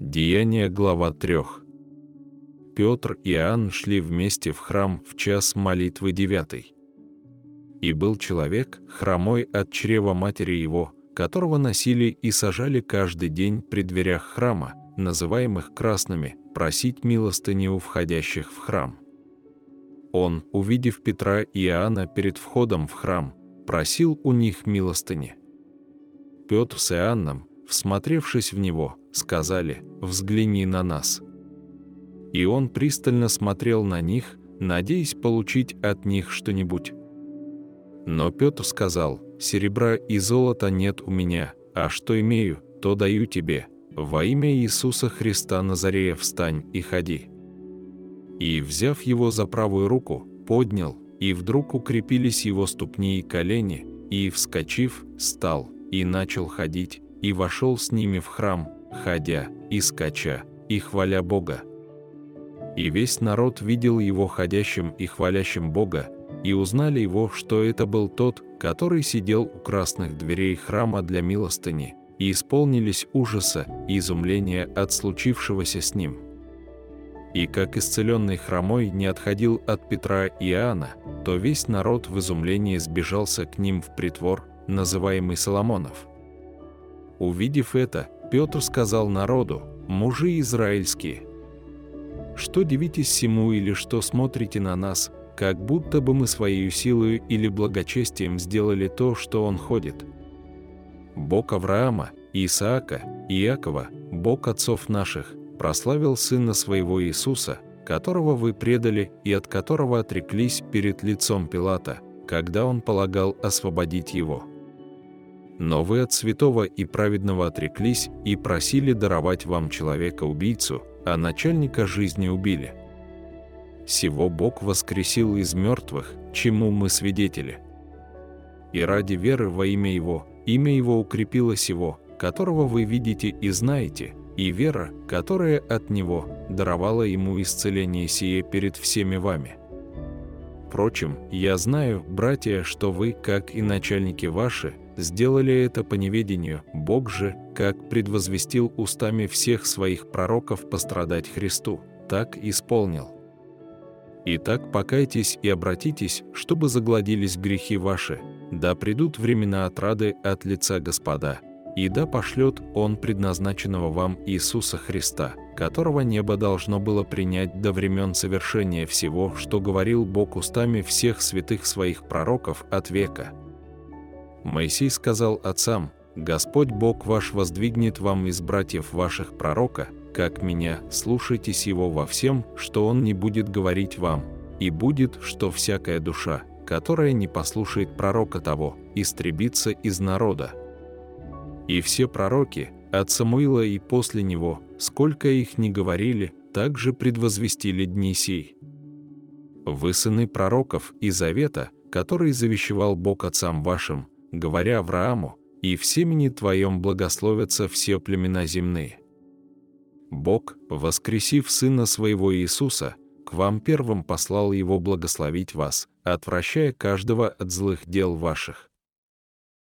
Деяния, глава 3. Петр и Иоанн шли вместе в храм в час молитвы 9. И был человек, хромой от чрева матери его, которого носили и сажали каждый день при дверях храма, называемых красными, просить милостыни у входящих в храм. Он, увидев Петра и Иоанна перед входом в храм, просил у них милостыни. Петр с Иоанном, всмотревшись в него, сказали: «Взгляни на нас». И он пристально смотрел на них, надеясь получить от них что-нибудь. Но Петр сказал: «Серебра и золота нет у меня, а что имею, то даю тебе. Во имя Иисуса Христа Назарея встань и ходи». И, взяв его за правую руку, поднял, и вдруг укрепились его ступни и колени, и, вскочив, стал, и начал ходить, и вошел с ними в храм, ходя, и скача, и хваля Бога. И весь народ видел его ходящим и хвалящим Бога, и узнали его, что это был тот, который сидел у красных дверей храма для милостыни, и исполнились ужаса и изумления от случившегося с ним. И как исцеленный хромой не отходил от Петра и Иоанна, то весь народ в изумлении сбежался к ним в притвор, называемый Соломонов. Увидев это, Петр сказал народу: «Мужи израильские, что дивитесь сему или что смотрите на нас, как будто бы мы своей силою или благочестием сделали то, что он ходит? Бог Авраама, Исаака и Иакова, Бог отцов наших, прославил Сына Своего Иисуса, которого вы предали и от которого отреклись перед лицом Пилата, когда он полагал освободить его. Но вы от святого и праведного отреклись и просили даровать вам человека-убийцу, а начальника жизни убили. Сего Бог воскресил из мертвых, чему мы свидетели. И ради веры во имя Его укрепило сего, которого вы видите и знаете, и вера, которая от Него, даровала Ему исцеление сие перед всеми вами. Впрочем, я знаю, братья, что вы, как и начальники ваши, сделали это по неведению, Бог же, как предвозвестил устами всех своих пророков пострадать Христу, так исполнил. Итак, покайтесь и обратитесь, чтобы загладились грехи ваши, да придут времена отрады от лица Господа, и да пошлет Он предназначенного вам Иисуса Христа, которого небо должно было принять до времен совершения всего, что говорил Бог устами всех святых своих пророков от века. Моисей сказал отцам: «Господь Бог ваш воздвигнет вам из братьев ваших пророка, как меня, слушайтесь его во всем, что он не будет говорить вам, и будет, что всякая душа, которая не послушает пророка того, истребится из народа». И все пророки, от Самуила и после него, сколько их ни говорили, также предвозвестили дни сей. Вы сыны пророков и завета, который завещевал Бог отцам вашим, говоря Аврааму: «И в семени твоем благословятся все племена земные». Бог, воскресив Сына Своего Иисуса, к вам первым послал Его благословить вас, отвращая каждого от злых дел ваших.